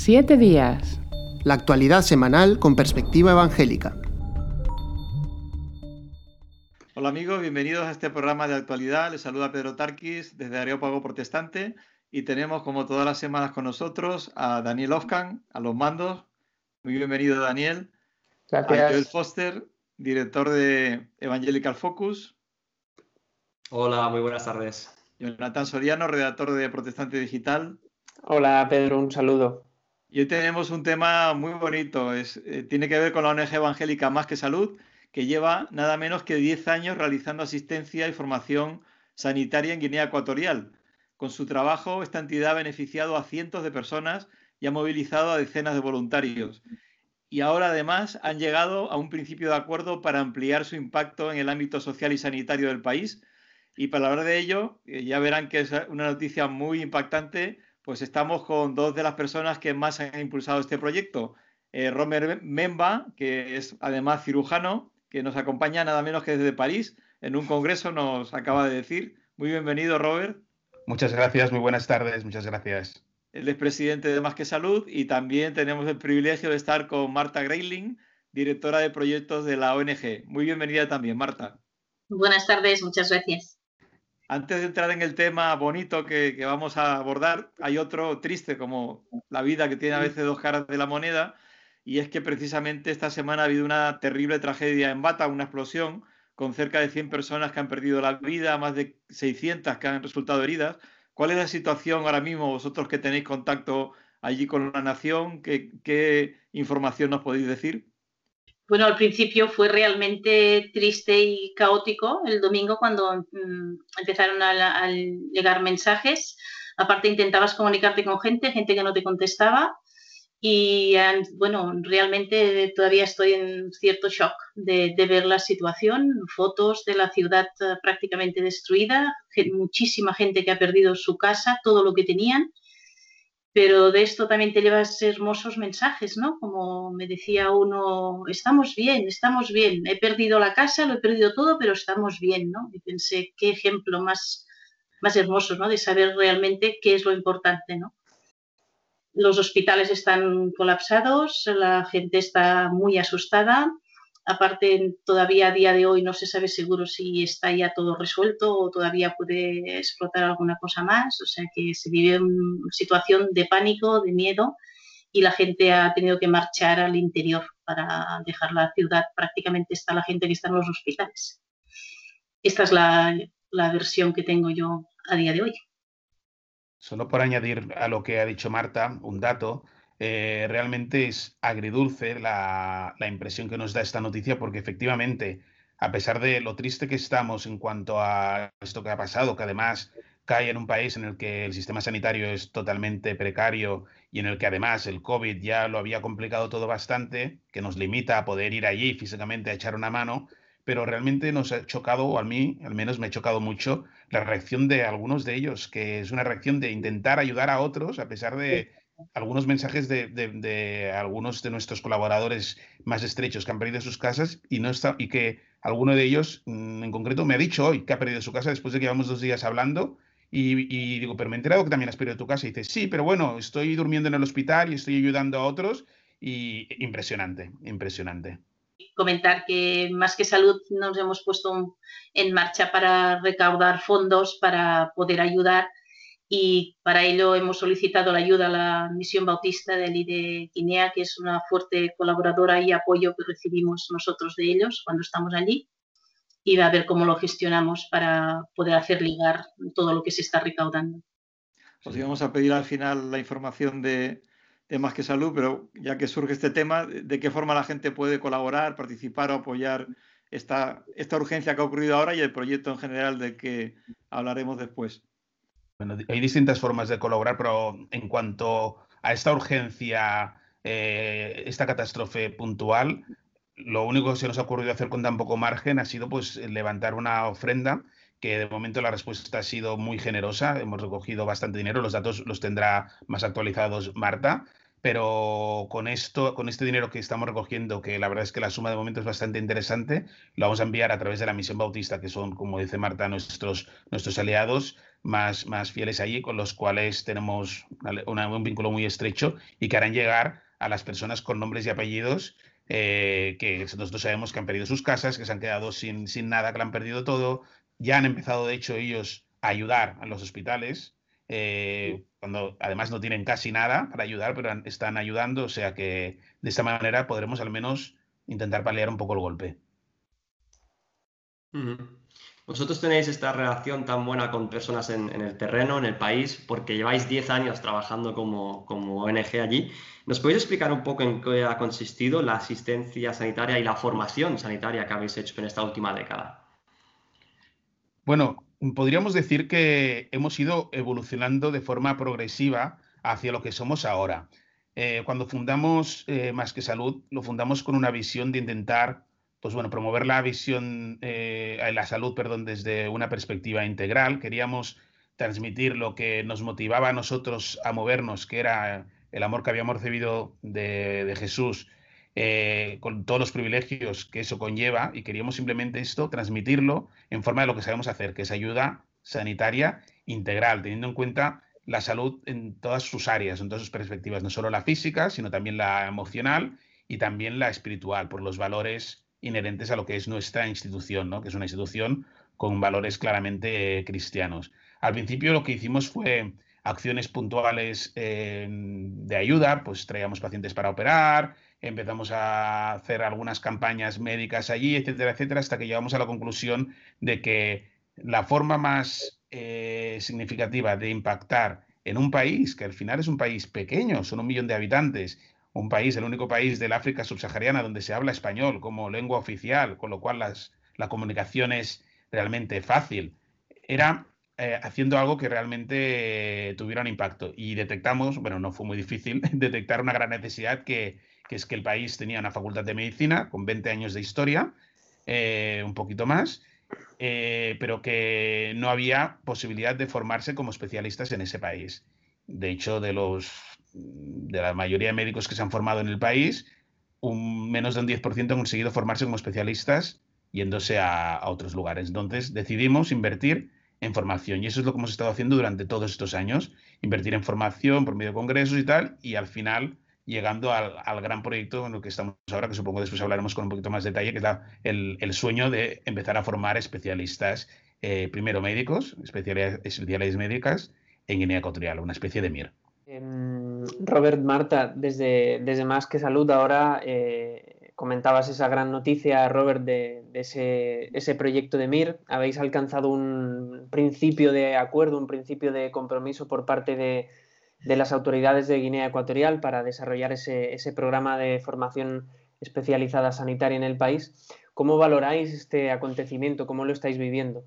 7 días. La actualidad semanal con perspectiva evangélica. Hola amigos, bienvenidos a este programa de actualidad. Les saluda Pedro Tarquis desde Areópago Protestante y tenemos como todas las semanas con nosotros a Daniel Ofcan, a los mandos. Muy bienvenido Daniel. Gracias. A Joel Foster, director de Evangelical Focus. Hola, muy buenas tardes. Jonathan Soriano, redactor de Protestante Digital. Hola Pedro, un saludo. Y hoy tenemos un tema muy bonito, tiene que ver con la ONG evangélica Más que Salud, que lleva nada menos que 10 años realizando asistencia y formación sanitaria en Guinea Ecuatorial. Con su trabajo, esta entidad ha beneficiado a cientos de personas y ha movilizado a decenas de voluntarios. Y ahora además han llegado a un principio de acuerdo para ampliar su impacto en el ámbito social y sanitario del país. Y para hablar de ello, ya verán que es una noticia muy impactante, pues estamos con dos de las personas que más han impulsado este proyecto. Romer Memba, que es además cirujano, que nos acompaña nada menos que desde París, en un congreso nos acaba de decir. Muy bienvenido, Robert. Muchas gracias, muy buenas tardes, muchas gracias. Él es presidente de Más que Salud y también tenemos el privilegio de estar con Marta Grayling, directora de proyectos de la ONG. Muy bienvenida también, Marta. Buenas tardes, muchas gracias. Antes de entrar en el tema bonito que vamos a abordar, hay otro triste, como la vida que tiene a veces dos caras de la moneda, y es que precisamente esta semana ha habido una terrible tragedia en Bata, una explosión con cerca de 100 personas que han perdido la vida, más de 600 que han resultado heridas. ¿Cuál es la situación ahora mismo, vosotros que tenéis contacto allí con la nación? ¿Qué información nos podéis decir? Bueno, al principio fue realmente triste y caótico el domingo cuando empezaron a llegar mensajes. Aparte intentabas comunicarte con gente que no te contestaba y bueno, realmente todavía estoy en cierto shock de ver la situación, fotos de la ciudad prácticamente destruida, muchísima gente que ha perdido su casa, todo lo que tenían. Pero de esto también te llevas hermosos mensajes, ¿no? Como me decía uno, estamos bien, he perdido la casa, lo he perdido todo, pero estamos bien, ¿no? Y pensé, qué ejemplo más hermoso, ¿no? De saber realmente qué es lo importante, ¿no? Los hospitales están colapsados, la gente está muy asustada. Aparte, todavía a día de hoy no se sabe seguro si está ya todo resuelto o todavía puede explotar alguna cosa más. O sea que se vive una situación de pánico, de miedo, y la gente ha tenido que marchar al interior para dejar la ciudad. Prácticamente está la gente que está en los hospitales. Esta es la versión que tengo yo a día de hoy. Solo por añadir a lo que ha dicho Marta, un dato, realmente es agridulce la impresión que nos da esta noticia porque efectivamente, a pesar de lo triste que estamos en cuanto a esto que ha pasado, que además cae en un país en el que el sistema sanitario es totalmente precario y en el que además el COVID ya lo había complicado todo bastante, que nos limita a poder ir allí físicamente a echar una mano, pero realmente nos ha chocado, o a mí al menos me ha chocado mucho, la reacción de algunos de ellos, que es una reacción de intentar ayudar a otros, a pesar de algunos mensajes de algunos de nuestros colaboradores más estrechos que han perdido sus casas y que alguno de ellos en concreto me ha dicho hoy que ha perdido su casa después de que llevamos 2 días hablando y digo, pero me he enterado que también has perdido tu casa. Y dice, sí, pero bueno, estoy durmiendo en el hospital y estoy ayudando a otros y impresionante, impresionante. Comentar que Más que Salud nos hemos puesto en marcha para recaudar fondos para poder ayudar y para ello hemos solicitado la ayuda a la Misión Bautista de Guinea, que es una fuerte colaboradora y apoyo que recibimos nosotros de ellos cuando estamos allí, y a ver cómo lo gestionamos para poder hacer llegar todo lo que se está recaudando. Os íbamos a pedir al final la información de Más que Salud, pero ya que surge este tema, ¿de qué forma la gente puede colaborar, participar o apoyar esta urgencia que ha ocurrido ahora y el proyecto en general del que hablaremos después? Bueno, hay distintas formas de colaborar, pero en cuanto a esta urgencia, esta catástrofe puntual, lo único que se nos ha ocurrido hacer con tan poco margen ha sido pues levantar una ofrenda, que de momento la respuesta ha sido muy generosa. Hemos recogido bastante dinero, los datos los tendrá más actualizados Marta, pero con este dinero que estamos recogiendo, que la verdad es que la suma de momento es bastante interesante, lo vamos a enviar a través de la Misión Bautista, que son, como dice Marta, nuestros aliados, más fieles allí, con los cuales tenemos un vínculo muy estrecho y que harán llegar a las personas con nombres y apellidos que nosotros sabemos que han perdido sus casas, que se han quedado sin nada, que lo han perdido todo. Ya han empezado, de hecho, ellos a ayudar a los hospitales, cuando además no tienen casi nada para ayudar, pero están ayudando, o sea que de esta manera podremos al menos intentar paliar un poco el golpe. Vosotros tenéis esta relación tan buena con personas en el terreno, en el país, porque lleváis 10 años trabajando como ONG allí. ¿Nos podéis explicar un poco en qué ha consistido la asistencia sanitaria y la formación sanitaria que habéis hecho en esta última década? Bueno, podríamos decir que hemos ido evolucionando de forma progresiva hacia lo que somos ahora. Cuando fundamos Más que Salud, lo fundamos con una visión de intentar, pues bueno, promover la visión, la salud, perdón, desde una perspectiva integral. Queríamos transmitir lo que nos motivaba a nosotros a movernos, que era el amor que habíamos recibido de Jesús, con todos los privilegios que eso conlleva, y queríamos simplemente esto, transmitirlo en forma de lo que sabemos hacer, que es ayuda sanitaria integral, teniendo en cuenta la salud en todas sus áreas, en todas sus perspectivas, no solo la física, sino también la emocional y también la espiritual, por los valores inherentes a lo que es nuestra institución, ¿no? Que es una institución con valores claramente cristianos. Al principio lo que hicimos fue acciones puntuales de ayuda, pues traíamos pacientes para operar, empezamos a hacer algunas campañas médicas allí, etcétera, etcétera, hasta que llegamos a la conclusión de que la forma más significativa de impactar en un país, que al final es un país pequeño, son 1 millón de habitantes, un país, el único país del África subsahariana donde se habla español como lengua oficial, con lo cual la comunicación es realmente fácil, era haciendo algo que realmente tuviera un impacto. Y detectamos, bueno, no fue muy difícil, detectar una gran necesidad que es que el país tenía una facultad de medicina con 20 años de historia, un poquito más, pero que no había posibilidad de formarse como especialistas en ese país. De hecho, de la mayoría de médicos que se han formado en el país, menos de un 10% han conseguido formarse como especialistas yéndose a otros lugares. Entonces decidimos invertir en formación, y eso es lo que hemos estado haciendo durante todos estos años, invertir en formación por medio de congresos y tal, y al final llegando al gran proyecto en el que estamos ahora, que supongo después hablaremos con un poquito más detalle, que es el sueño de empezar a formar especialistas, primero médicos, especialidades médicas en Guinea Ecuatorial, una especie de MIR. Robert, Marta, desde Más que Salud ahora comentabas esa gran noticia, Robert, de ese proyecto de MIR. Habéis alcanzado un principio de acuerdo, un principio de compromiso por parte de las autoridades de Guinea Ecuatorial para desarrollar ese programa de formación especializada sanitaria en el país. ¿Cómo valoráis este acontecimiento? ¿Cómo lo estáis viviendo?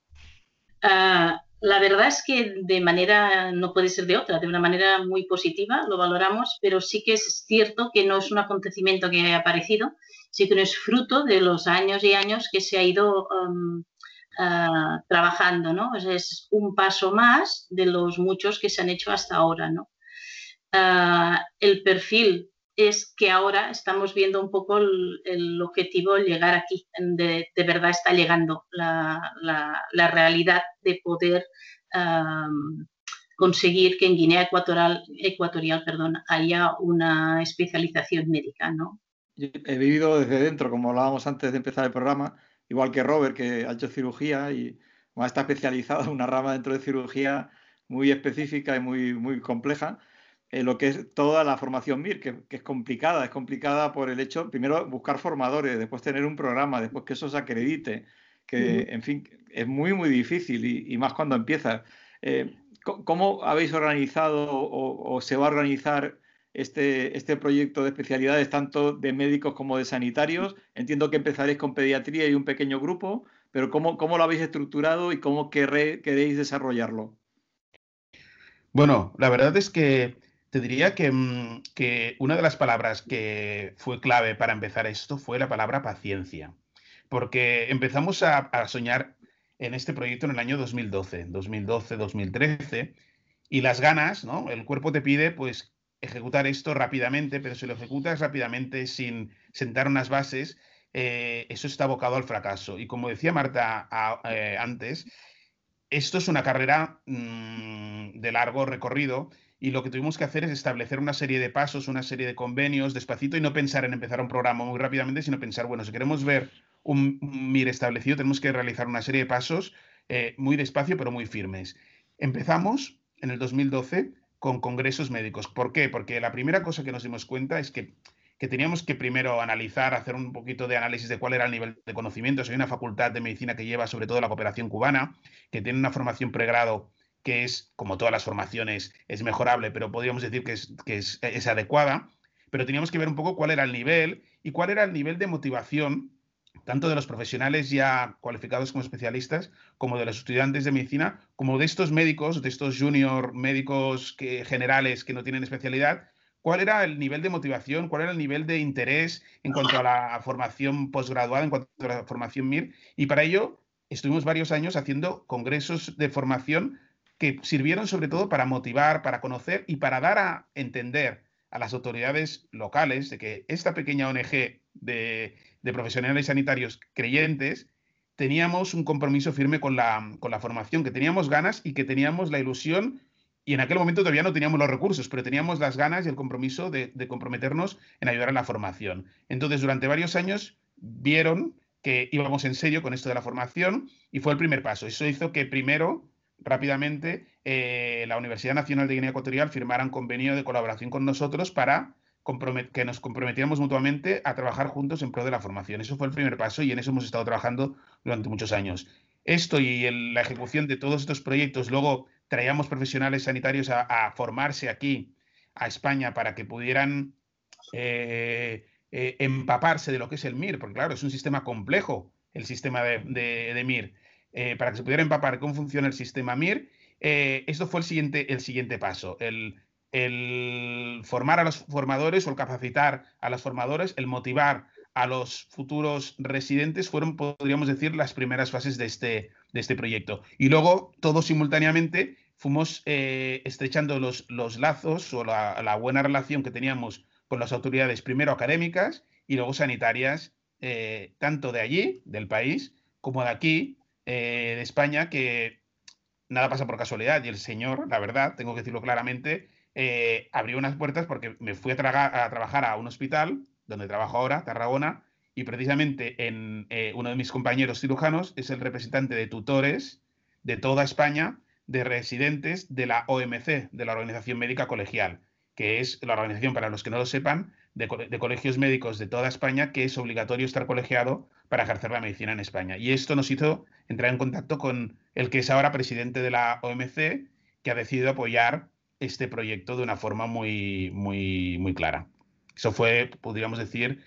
La verdad es que de manera, no puede ser de otra, de una manera muy positiva lo valoramos, pero sí que es cierto que no es un acontecimiento que haya aparecido, sí que no es fruto de los años y años que se ha ido trabajando, ¿no? O sea, es un paso más de los muchos que se han hecho hasta ahora, ¿no? El perfil es que ahora estamos viendo un poco el objetivo, llegar aquí. De verdad está llegando la realidad de poder conseguir que en Guinea Ecuatorial haya una especialización médica, ¿no? Yo he vivido desde dentro, como hablábamos antes de empezar el programa, igual que Robert, que ha hecho cirugía y está especializado en una rama dentro de cirugía muy específica y muy compleja. Lo que es toda la formación MIR, que es complicada por el hecho, primero, buscar formadores, después tener un programa, después que eso se acredite, que, en fin, es muy difícil y más cuando empiezas. ¿Cómo habéis organizado o se va a organizar este proyecto de especialidades, tanto de médicos como de sanitarios? Entiendo que empezaréis con pediatría y un pequeño grupo, pero ¿cómo lo habéis estructurado y cómo queréis desarrollarlo? Bueno, la verdad es que te diría que una de las palabras que fue clave para empezar esto fue la palabra paciencia, porque empezamos a soñar en este proyecto en el año 2012, 2013, y las ganas, ¿no? El cuerpo te pide, pues, ejecutar esto rápidamente, pero si lo ejecutas rápidamente sin sentar unas bases, eso está abocado al fracaso. Y como decía Marta antes, esto es una carrera de largo recorrido y lo que tuvimos que hacer es establecer una serie de pasos, una serie de convenios despacito y no pensar en empezar un programa muy rápidamente, sino pensar, bueno, si queremos ver un MIR establecido, tenemos que realizar una serie de pasos muy despacio pero muy firmes. Empezamos en el 2012 con congresos médicos. ¿Por qué? Porque la primera cosa que nos dimos cuenta es que teníamos que primero analizar, hacer un poquito de análisis de cuál era el nivel de conocimientos. Hay una facultad de medicina que lleva sobre todo la cooperación cubana, que tiene una formación pregrado que es, como todas las formaciones, es mejorable, pero podríamos decir que es adecuada. Pero teníamos que ver un poco cuál era el nivel y cuál era el nivel de motivación tanto de los profesionales ya cualificados como especialistas, como de los estudiantes de medicina, como de estos médicos, de estos junior médicos generales que no tienen especialidad. ¿Cuál era el nivel de motivación? ¿Cuál era el nivel de interés en cuanto a la formación posgraduada, en cuanto a la formación MIR? Y para ello estuvimos varios años haciendo congresos de formación que sirvieron sobre todo para motivar, para conocer y para dar a entender a las autoridades locales de que esta pequeña ONG de profesionales sanitarios creyentes teníamos un compromiso firme con la formación, que teníamos ganas y que teníamos la ilusión. Y en aquel momento todavía no teníamos los recursos, pero teníamos las ganas y el compromiso de comprometernos en ayudar en la formación. Entonces, durante varios años vieron que íbamos en serio con esto de la formación y fue el primer paso. Eso hizo que primero, rápidamente, la Universidad Nacional de Guinea Ecuatorial firmara un convenio de colaboración con nosotros para que nos comprometiéramos mutuamente a trabajar juntos en pro de la formación. Eso fue el primer paso y en eso hemos estado trabajando durante muchos años. Esto y la ejecución de todos estos proyectos, luego traíamos profesionales sanitarios a formarse aquí, a España, para que pudieran empaparse de lo que es el MIR, porque claro, es un sistema complejo, el sistema de MIR, para que se pudiera empapar cómo funciona el sistema MIR. Esto fue el siguiente paso, el formar a los formadores o el capacitar a los formadores, el motivar a los futuros residentes, fueron, podríamos decir, las primeras fases de este proyecto. Y luego, todos simultáneamente, fuimos estrechando los lazos o la buena relación que teníamos con las autoridades, primero académicas y luego sanitarias, tanto de allí, del país, como de aquí, de España, que nada pasa por casualidad. Y el señor, la verdad, tengo que decirlo claramente, abrió unas puertas porque me fui a trabajar a un hospital donde trabajo ahora, Tarragona, y precisamente uno de mis compañeros cirujanos es el representante de tutores de toda España, de residentes de la OMC, de la Organización Médica Colegial, que es la organización, para los que no lo sepan, de colegios médicos de toda España, que es obligatorio estar colegiado para ejercer la medicina en España. Y esto nos hizo entrar en contacto con el que es ahora presidente de la OMC, que ha decidido apoyar este proyecto de una forma muy, muy, muy clara. Eso fue, podríamos decir,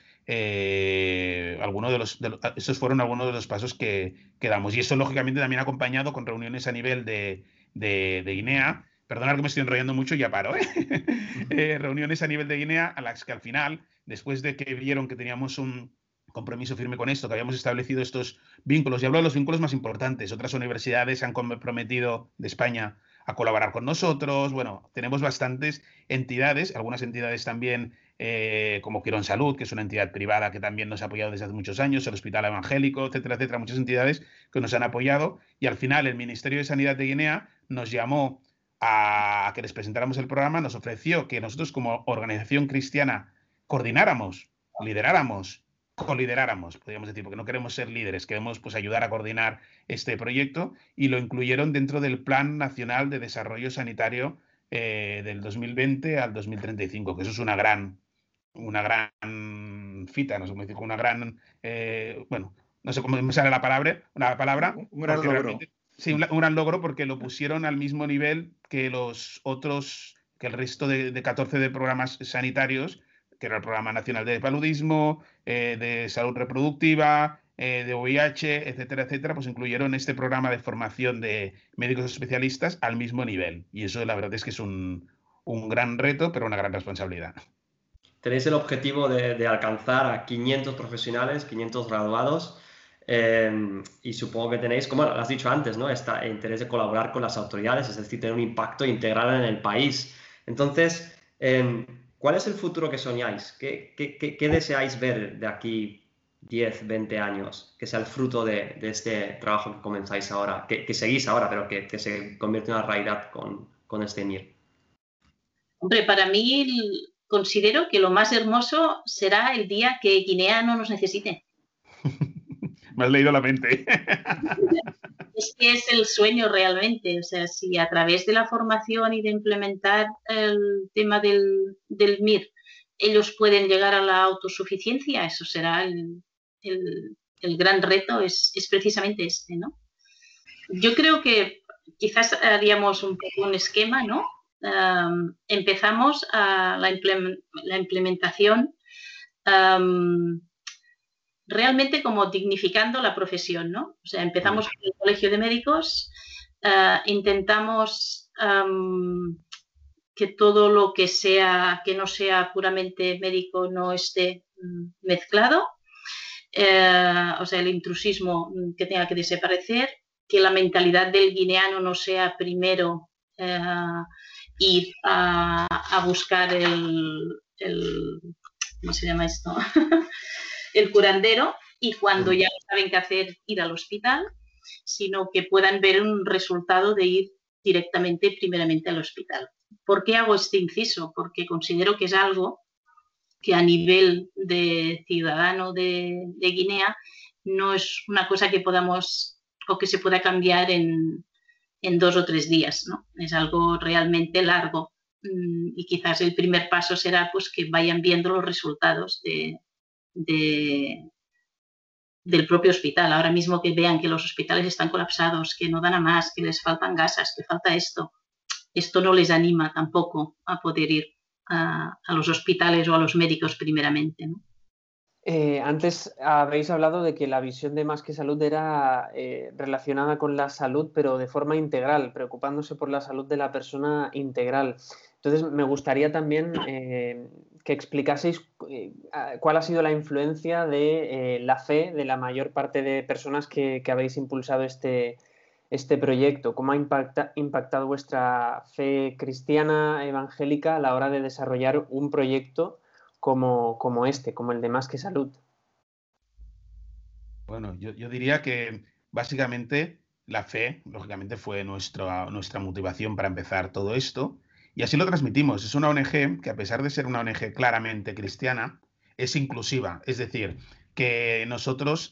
esos fueron algunos de los pasos que damos. Y eso, lógicamente, también acompañado con reuniones a nivel de Guinea. Perdonad que me estoy enrollando mucho y ya paro. Reuniones a nivel de Guinea, a las que al final, después de que vieron que teníamos un compromiso firme con esto, que habíamos establecido estos vínculos, y hablo de los vínculos más importantes, otras universidades se han comprometido de España a colaborar con nosotros. Bueno, tenemos bastantes entidades, algunas entidades también como Quirón Salud, que es una entidad privada que también nos ha apoyado desde hace muchos años, el Hospital Evangélico, etcétera, etcétera, muchas entidades que nos han apoyado, y al final el Ministerio de Sanidad de Guinea nos llamó a que les presentáramos el programa, nos ofreció que nosotros como organización cristiana coordináramos, lideráramos, colideráramos, podríamos decir, porque no queremos ser líderes, queremos pues ayudar a coordinar este proyecto, y lo incluyeron dentro del Plan Nacional de Desarrollo Sanitario del 2020 al 2035, que eso es una gran fita, no sé cómo decir, una gran, bueno, no sé cómo me sale la palabra, un gran logro. Sí, un gran logro, porque lo pusieron al mismo nivel que los otros, que el resto de 14 de programas sanitarios, que era el Programa Nacional de Paludismo, de Salud Reproductiva, de VIH, etcétera, etcétera, pues incluyeron este programa de formación de médicos especialistas al mismo nivel. Y eso la verdad es que es un gran reto, pero una gran responsabilidad. Tenéis el objetivo de alcanzar a 500 profesionales, 500 graduados, y supongo que tenéis, como lo has dicho antes, ¿no?, este interés de colaborar con las autoridades, es decir, tener un impacto integral en el país. Entonces, ¿cuál es el futuro que soñáis? ¿Qué deseáis ver de aquí 10, 20 años, que sea el fruto de este trabajo que comenzáis ahora, que seguís ahora, pero que se convierte en una realidad con este MIR? Hombre, para mí considero que lo más hermoso será el día que Guinea no nos necesite. Me has leído la mente. Es que es el sueño realmente. O sea, si a través de la formación y de implementar el tema del MIR ellos pueden llegar a la autosuficiencia, eso será el gran reto, es precisamente este, ¿no? Yo creo que quizás haríamos un poco un esquema, ¿no? Empezamos a la implementación realmente como dignificando la profesión, ¿no? O sea, empezamos con el Colegio de Médicos, intentamos que todo lo que sea, que no sea puramente médico no esté mezclado, o sea, el intrusismo que tenga que desaparecer, que la mentalidad del guineano no sea primero ir a buscar ¿cómo se llama esto? El curandero, y cuando ya no saben qué hacer, ir al hospital, sino que puedan ver un resultado de ir directamente, primeramente al hospital. ¿Por qué hago este inciso? Porque considero que es algo que a nivel de ciudadano de Guinea no es una cosa que podamos o que se pueda cambiar en 2 o 3 días, ¿no? Es algo realmente largo y quizás el primer paso será pues, que vayan viendo los resultados del propio hospital. Ahora mismo que vean que los hospitales están colapsados, que no dan a más, que les faltan gasas, que falta esto no les anima tampoco a poder ir a los hospitales o a los médicos primeramente, ¿no? Antes habéis hablado de que la visión de Más que Salud era relacionada con la salud, pero de forma integral, preocupándose por la salud de la persona integral. Entonces, me gustaría también que explicaseis cuál ha sido la influencia de la fe de la mayor parte de personas que habéis impulsado este proyecto. ¿Cómo ha impactado vuestra fe cristiana evangélica a la hora de desarrollar un proyecto como este, como el de Más que Salud? Bueno, yo diría que básicamente la fe, lógicamente, fue nuestra motivación para empezar todo esto, y así lo transmitimos. Es una ONG que, a pesar de ser una ONG claramente cristiana, es inclusiva. Es decir, que nosotros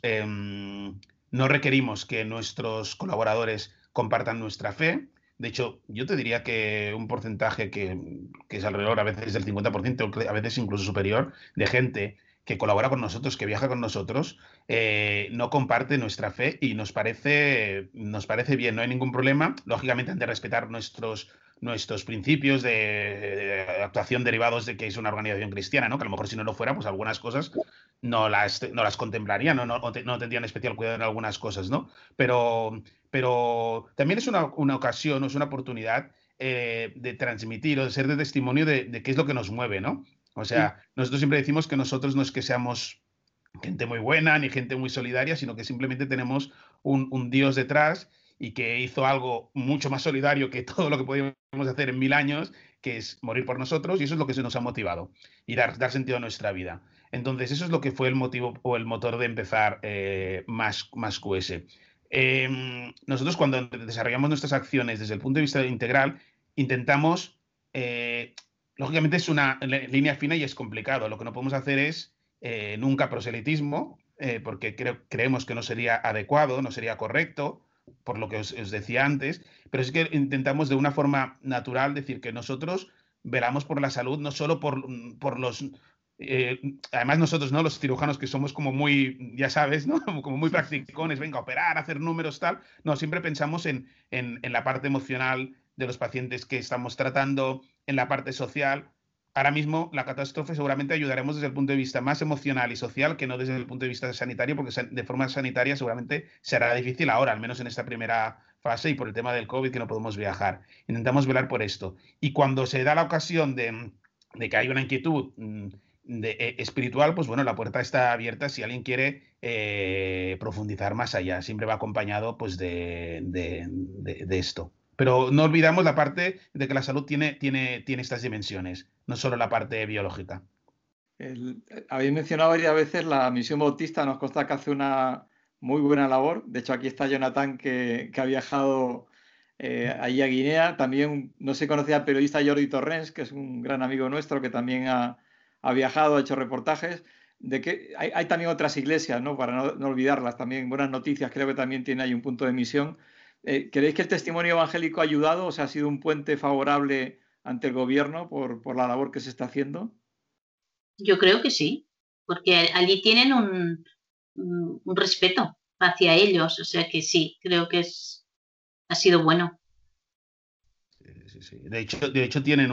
no requerimos que nuestros colaboradores compartan nuestra fe. De hecho, yo te diría que un porcentaje que es alrededor a veces del 50%, a veces incluso superior, de gente que colabora con nosotros, que viaja con nosotros, no comparte nuestra fe, y nos parece bien, no hay ningún problema. Lógicamente, han de respetar nuestros principios de actuación derivados de que es una organización cristiana, ¿no? Que a lo mejor, si no lo fuera, pues algunas cosas no las contemplarían, no tendrían especial cuidado en algunas cosas, ¿no? Pero también es una ocasión, es una oportunidad de transmitir o de ser de testimonio de qué es lo que nos mueve, ¿no? O sea, nosotros siempre decimos que nosotros no es que seamos gente muy buena ni gente muy solidaria, sino que simplemente tenemos un Dios detrás, y que hizo algo mucho más solidario que todo lo que podíamos hacer en 1000 años, que es morir por nosotros, y eso es lo que se nos ha motivado, y dar sentido a nuestra vida. Entonces, eso es lo que fue el motivo o el motor de empezar más QS. Nosotros, cuando desarrollamos nuestras acciones desde el punto de vista integral, intentamos... lógicamente es una línea fina y es complicado. Lo que no podemos hacer es nunca proselitismo, porque creemos que no sería adecuado, no sería correcto, por lo que os decía antes, pero es que intentamos de una forma natural decir que nosotros velamos por la salud, no solo por los... además nosotros, ¿no? Los cirujanos, que somos como muy, ya sabes, ¿no? Como muy practicones, venga, operar, hacer números, tal. No, siempre pensamos en la parte emocional de los pacientes que estamos tratando, en la parte social. Ahora mismo la catástrofe seguramente ayudaremos desde el punto de vista más emocional y social que no desde el punto de vista sanitario, porque de forma sanitaria seguramente será difícil ahora, al menos en esta primera fase, y por el tema del COVID, que no podemos viajar. Intentamos velar por esto. Y cuando se da la ocasión de que hay una inquietud espiritual, pues bueno, la puerta está abierta si alguien quiere profundizar más allá. Siempre va acompañado pues de esto. Pero no olvidamos la parte de que la salud tiene estas dimensiones, no solo la parte biológica. Habéis mencionado varias veces la Misión Bautista, nos consta que hace una muy buena labor. De hecho, aquí está Jonathan, que ha viajado allí a Guinea. También no se conocía al periodista Jordi Torrens, que es un gran amigo nuestro, que también ha viajado, ha hecho reportajes. Hay también otras iglesias, ¿no? Para no olvidarlas, también buenas noticias, creo que también tiene ahí un punto de misión. ¿Creéis que el testimonio evangélico ha ayudado? O sea, ¿ha sido un puente favorable ante el gobierno por la labor que se está haciendo? Yo creo que sí, porque allí tienen un respeto hacia ellos, o sea que sí, creo que ha sido bueno. Sí. De hecho tienen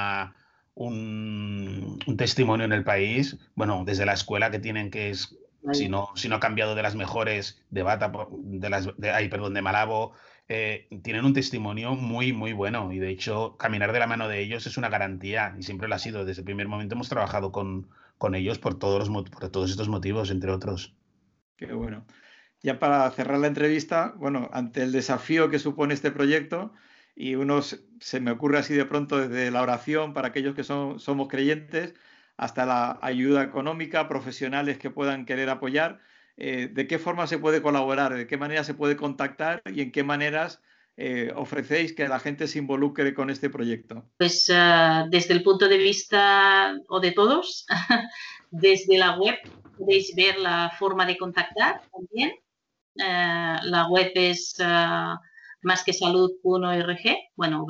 un testimonio en el país, bueno, desde la escuela que tienen, que es, si no ha cambiado, de las mejores de Bata, de Malabo, tienen un testimonio muy, muy bueno, y de hecho caminar de la mano de ellos es una garantía, y siempre lo ha sido. Desde el primer momento hemos trabajado con ellos por todos estos motivos, entre otros. Qué bueno. Ya para cerrar la entrevista, bueno, ante el desafío que supone este proyecto, y se me ocurre así de pronto, desde la oración para aquellos que somos creyentes, hasta la ayuda económica, profesionales que puedan querer apoyar, ¿de qué forma se puede colaborar? ¿De qué manera se puede contactar? ¿Y en qué maneras ofrecéis que la gente se involucre con este proyecto? Pues desde el punto de vista, o de todos, desde la web podéis ver la forma de contactar también. La web es masquesalud.org, bueno,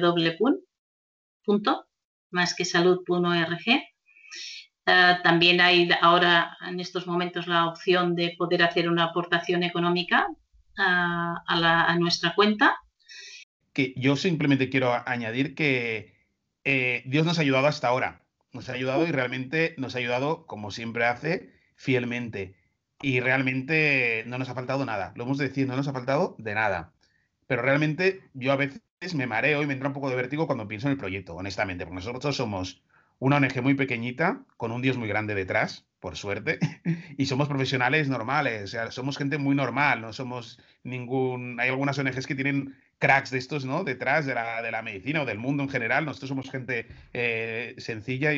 www.masquesalud.org. También hay ahora, en estos momentos, la opción de poder hacer una aportación económica a nuestra cuenta. Que yo simplemente quiero añadir que Dios nos ha ayudado hasta ahora. Nos ha ayudado, y realmente nos ha ayudado, como siempre hace, fielmente. Y realmente no nos ha faltado nada. Lo hemos de decir, no nos ha faltado de nada. Pero realmente yo a veces me mareo y me entra un poco de vértigo cuando pienso en el proyecto, honestamente, porque nosotros somos una ONG muy pequeñita, con un Dios muy grande detrás, por suerte, y somos profesionales normales, o sea, somos gente muy normal, no somos ningún... Hay algunas ONGs que tienen cracks de estos, ¿no? Detrás de la medicina o del mundo en general. Nosotros somos gente sencilla,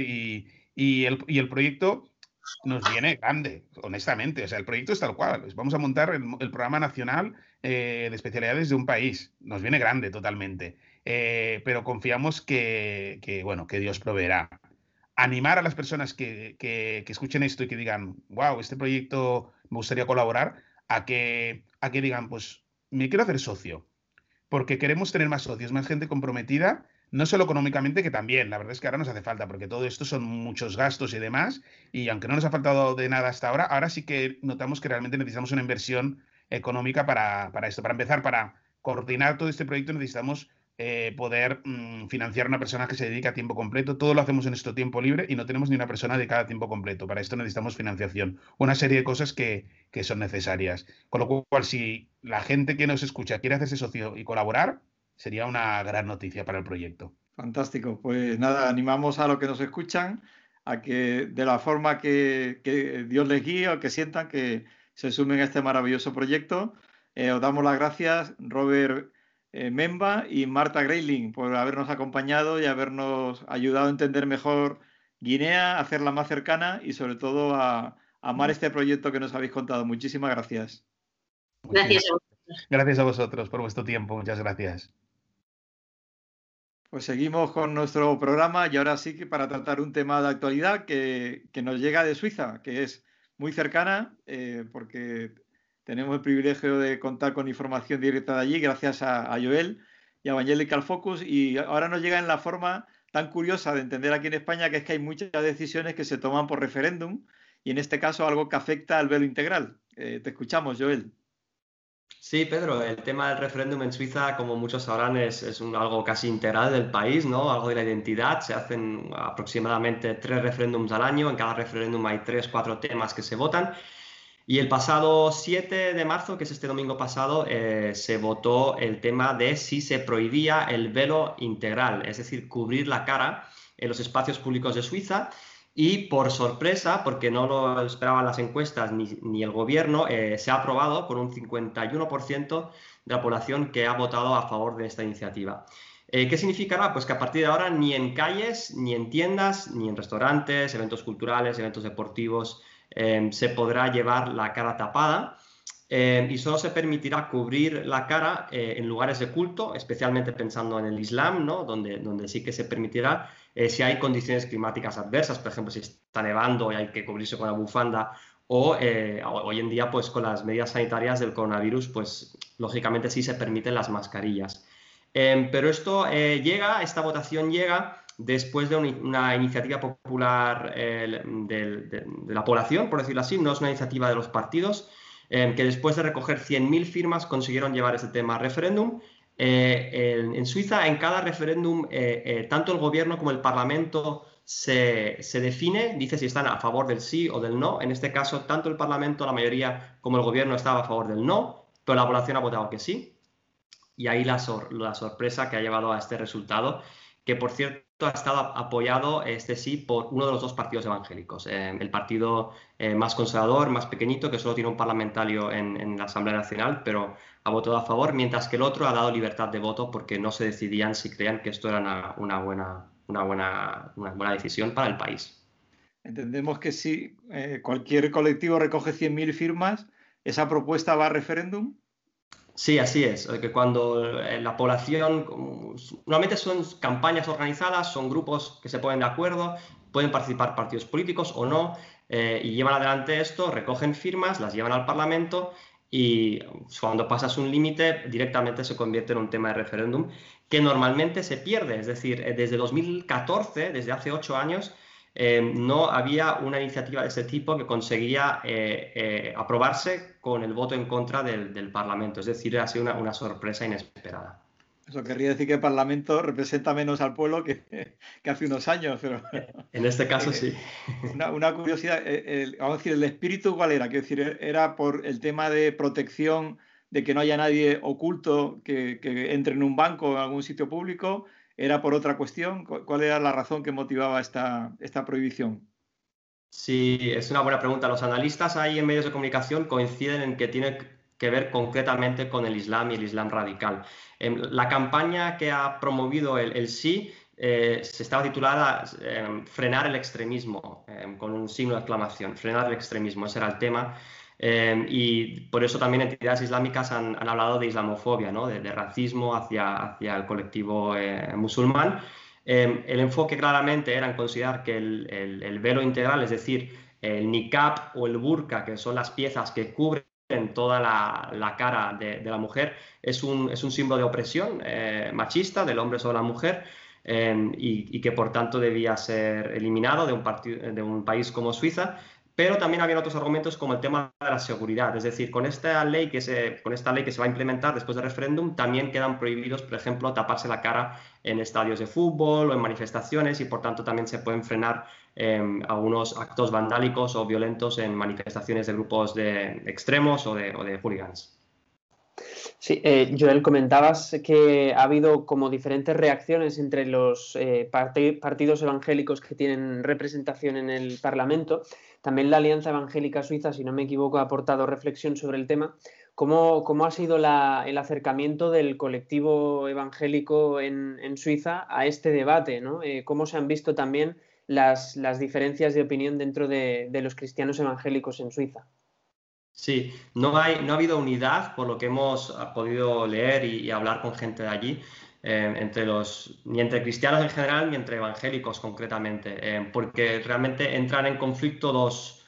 y el proyecto nos viene grande, honestamente. O sea, el proyecto es tal cual. Vamos a montar el programa nacional de especialidades de un país. Nos viene grande totalmente. Pero confiamos bueno, que Dios proveerá. Animar a las personas que escuchen esto y que digan, wow, este proyecto me gustaría colaborar, a que digan, pues me quiero hacer socio, porque queremos tener más socios, más gente comprometida, no solo económicamente, que también. La verdad es que ahora nos hace falta, porque todo esto son muchos gastos y demás, y aunque no nos ha faltado de nada hasta ahora, ahora sí que notamos que realmente necesitamos una inversión económica para esto. Para empezar, para coordinar todo este proyecto, necesitamos poder financiar a una persona que se dedica a tiempo completo. Todo lo hacemos en nuestro tiempo libre y no tenemos ni una persona dedicada a tiempo completo. Para esto necesitamos financiación, una serie de cosas que son necesarias. Con lo cual, si la gente que nos escucha quiere hacerse socio y colaborar, sería una gran noticia para el proyecto. Fantástico. Pues nada, animamos a los que nos escuchan a que, de la forma que Dios les guíe, o que sientan, que se sumen a este maravilloso proyecto. Os damos las gracias, Robert Memba y Marta Grayling, por habernos acompañado y habernos ayudado a entender mejor Guinea, a hacerla más cercana y sobre todo a amar este proyecto que nos habéis contado. Muchísimas gracias. Gracias a vosotros. Gracias a vosotros por vuestro tiempo. Muchas gracias. Pues seguimos con nuestro programa, y ahora sí que para tratar un tema de actualidad que nos llega de Suiza, que es muy cercana, porque tenemos el privilegio de contar con información directa de allí gracias a Joel y a Evangelical Focus, y ahora nos llega en la forma tan curiosa de entender aquí en España, que es que hay muchas decisiones que se toman por referéndum, y en este caso algo que afecta al velo integral. Te escuchamos, Joel. Sí, Pedro, el tema del referéndum en Suiza, como muchos sabrán, es algo casi integral del país, ¿no? Algo de la identidad. Se hacen aproximadamente 3 referéndums al año. En cada referéndum hay 3-4 temas que se votan. Y el pasado 7 de marzo, que es este domingo pasado, se votó el tema de si se prohibía el velo integral, es decir, cubrir la cara en los espacios públicos de Suiza. Y por sorpresa, porque no lo esperaban las encuestas ni el gobierno, se ha aprobado por un 51% de la población que ha votado a favor de esta iniciativa. ¿Qué significará? Pues que a partir de ahora ni en calles, ni en tiendas, ni en restaurantes, eventos culturales, eventos deportivos, se podrá llevar la cara tapada. Y solo se permitirá cubrir la cara en lugares de culto, especialmente pensando en el Islam, ¿no? donde sí que se permitirá si hay condiciones climáticas adversas, por ejemplo, si está nevando y hay que cubrirse con la bufanda, o hoy en día, pues con las medidas sanitarias del coronavirus, pues lógicamente sí se permiten las mascarillas. Pero esta votación llega después de una iniciativa popular de la población, por decirlo así, no es una iniciativa de los partidos, que después de recoger 100.000 firmas consiguieron llevar este tema a referéndum. En Suiza, en cada referéndum, tanto el gobierno como el parlamento se define, dice si están a favor del sí o del no. En este caso, tanto el parlamento, la mayoría, como el gobierno estaba a favor del no, pero la población ha votado que sí. Y ahí la sorpresa que ha llevado a este resultado, que por cierto ha estado apoyado sí por uno de los dos partidos evangélicos, el partido más conservador, más pequeñito, que solo tiene un parlamentario en la Asamblea Nacional, pero ha votado a favor, mientras que el otro ha dado libertad de voto porque no se decidían si creían que esto era una buena decisión para el país. Entendemos que si cualquier colectivo recoge 100.000 firmas, ¿esa propuesta va a referéndum? Sí, así es. Que cuando la población, normalmente son campañas organizadas, son grupos que se ponen de acuerdo, pueden participar partidos políticos o no, y llevan adelante esto, recogen firmas, las llevan al Parlamento y cuando pasas un límite directamente se convierte en un tema de referéndum que normalmente se pierde. Es decir, desde 2014, desde hace 8 años, no había una iniciativa de ese tipo que conseguía aprobarse con el voto en contra del Parlamento. Es decir, ha sido una sorpresa inesperada. Eso querría decir que el Parlamento representa menos al pueblo que hace unos años. Pero en este caso sí. Una curiosidad, vamos a decir, ¿el espíritu cuál era? Quiero decir, ¿era por el tema de protección, de que no haya nadie oculto que entre en un banco o en algún sitio público? ¿Era por otra cuestión? ¿Cuál era la razón que motivaba esta prohibición? Sí, es una buena pregunta. Los analistas ahí en medios de comunicación coinciden en que tiene que ver concretamente con el Islam y el Islam radical. La campaña que ha promovido el sí se estaba titulada Frenar el extremismo, con un signo de exclamación. Frenar el extremismo, ese era el tema. Y por eso también entidades islámicas han hablado de islamofobia, ¿no? de racismo hacia el colectivo musulmán. El enfoque claramente era en considerar que el velo integral, es decir, el niqab o el burka, que son las piezas que cubren toda la cara de la mujer, es un símbolo de opresión machista del hombre sobre la mujer, y que por tanto debía ser eliminado de un país como Suiza. Pero también había otros argumentos como el tema de la seguridad. Es decir, con esta ley que se va a implementar después del referéndum, también quedan prohibidos, por ejemplo, taparse la cara en estadios de fútbol o en manifestaciones, y por tanto también se pueden frenar algunos actos vandálicos o violentos en manifestaciones de grupos de extremos o de hooligans. Sí, Joel, comentabas que ha habido como diferentes reacciones entre los partidos evangélicos que tienen representación en el Parlamento. También la Alianza Evangélica Suiza, si no me equivoco, ha aportado reflexión sobre el tema. ¿Cómo ha sido el acercamiento del colectivo evangélico en Suiza a este debate, ¿no? ¿Cómo se han visto también las diferencias de opinión dentro de los cristianos evangélicos en Suiza? Sí, no ha habido unidad, por lo que hemos podido leer y hablar con gente de allí, ni entre cristianos en general ni entre evangélicos concretamente, porque realmente entran en conflicto dos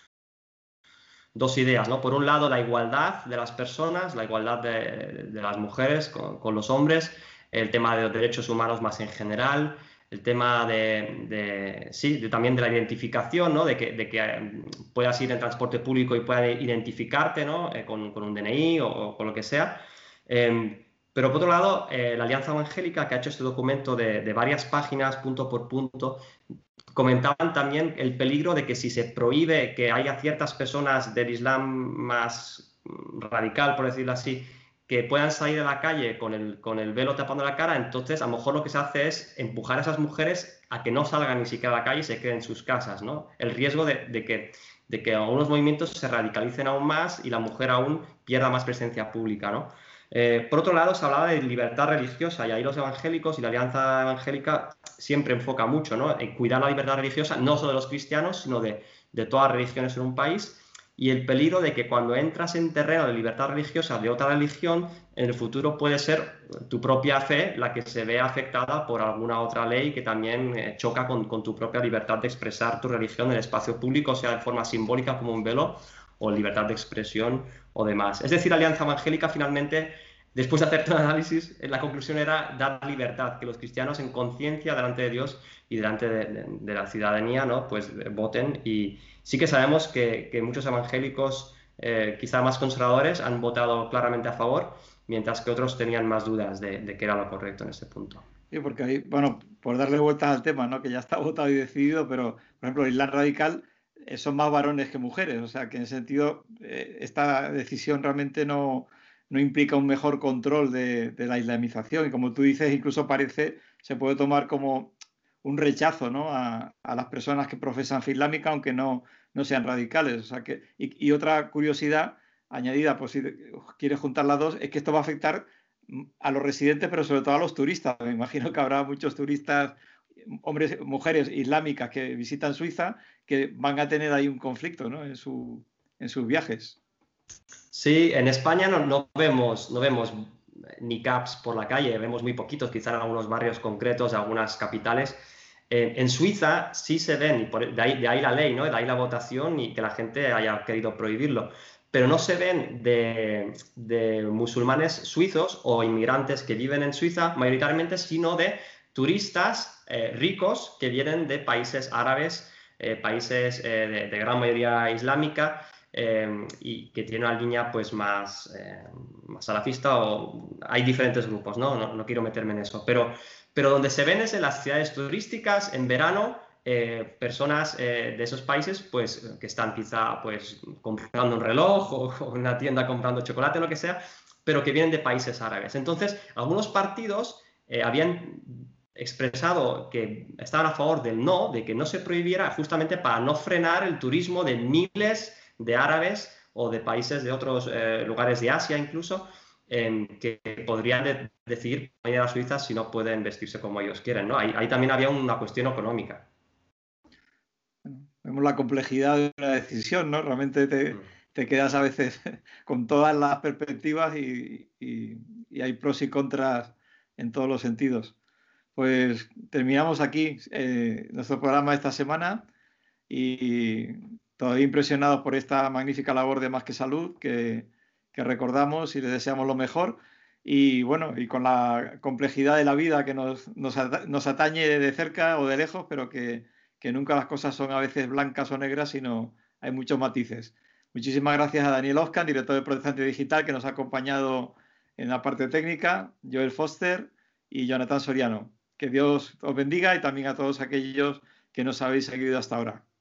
ideas, ¿no? Por un lado, la igualdad de las personas, la igualdad de las mujeres con los hombres, el tema de los derechos humanos más en general, el tema también de la identificación, ¿no? de que puedas ir en transporte público y puedas identificarte, ¿no? con un DNI o con lo que sea. Pero por otro lado, la Alianza Evangélica, que ha hecho este documento de varias páginas, punto por punto, comentaban también el peligro de que si se prohíbe que haya ciertas personas del Islam más radical, por decirlo así, que puedan salir a la calle con el velo tapando la cara, entonces a lo mejor lo que se hace es empujar a esas mujeres a que no salgan ni siquiera a la calle y se queden en sus casas, ¿no? El riesgo de que algunos movimientos se radicalicen aún más y la mujer aún pierda más presencia pública, ¿no? Por otro lado, se hablaba de libertad religiosa y ahí los evangélicos y la Alianza Evangélica siempre enfoca mucho, ¿no?, en cuidar la libertad religiosa, no solo de los cristianos, sino de todas las religiones en un país, y el peligro de que cuando entras en terreno de libertad religiosa de otra religión, en el futuro puede ser tu propia fe la que se vea afectada por alguna otra ley que también choca con tu propia libertad de expresar tu religión en el espacio público, sea de forma simbólica como un velo, o libertad de expresión o demás. Es decir, la Alianza Evangélica finalmente, después de hacer todo el análisis, la conclusión era dar libertad, que los cristianos en conciencia delante de Dios y delante de la ciudadanía, ¿no?, pues voten. Y sí que sabemos que muchos evangélicos, quizá más conservadores, han votado claramente a favor, mientras que otros tenían más dudas de qué era lo correcto en este punto. Sí, porque ahí, bueno, por darle vueltas al tema, ¿no?, que ya está votado y decidido, pero, por ejemplo, el Islam radical son más varones que mujeres, o sea que en ese sentido esta decisión realmente no implica un mejor control de la islamización, y como tú dices, incluso se puede tomar como un rechazo, ¿no?, a las personas que profesan fe islámica, aunque no sean radicales. O sea que, y otra curiosidad añadida, pues si quieres juntar las dos, es que esto va a afectar a los residentes, pero sobre todo a los turistas. Me imagino que habrá muchos turistas, hombres, mujeres islámicas que visitan Suiza, que van a tener ahí un conflicto, ¿no?, en sus viajes. Sí, en España no vemos niqabs por la calle, vemos muy poquitos, quizá en algunos barrios concretos de algunas capitales. En Suiza sí se ven, y de ahí la ley, ¿no?, de ahí la votación y que la gente haya querido prohibirlo. Pero no se ven de musulmanes suizos o inmigrantes que viven en Suiza mayoritariamente, sino de turistas ricos que vienen de países árabes, países de gran mayoría islámica, y que tiene una línea pues más salafista, o hay diferentes grupos, no quiero meterme en eso, pero donde se ven es en las ciudades turísticas en verano, personas de esos países pues que están quizá pues comprando un reloj o en una tienda comprando chocolate o lo que sea, pero que vienen de países árabes. Entonces, algunos partidos habían expresado que estaban a favor de que no se prohibiera, justamente para no frenar el turismo de miles de árabes o de países de otros lugares de Asia incluso, que podrían decidir ir a Suiza si no pueden vestirse como ellos quieren, ¿no? Ahí también había una cuestión económica. Vemos la complejidad de una decisión, ¿no? Realmente te quedas a veces con todas las perspectivas y hay pros y contras en todos los sentidos. Pues terminamos aquí nuestro programa esta semana y todavía impresionados por esta magnífica labor de Más que Salud que recordamos y le deseamos lo mejor. Y bueno, y con la complejidad de la vida que nos atañe de cerca o de lejos, pero que nunca las cosas son a veces blancas o negras, sino hay muchos matices. Muchísimas gracias a Daniel Oscan, director de Protestante Digital, que nos ha acompañado en la parte técnica, Joel Foster y Jonathan Soriano. Que Dios os bendiga y también a todos aquellos que nos habéis seguido hasta ahora.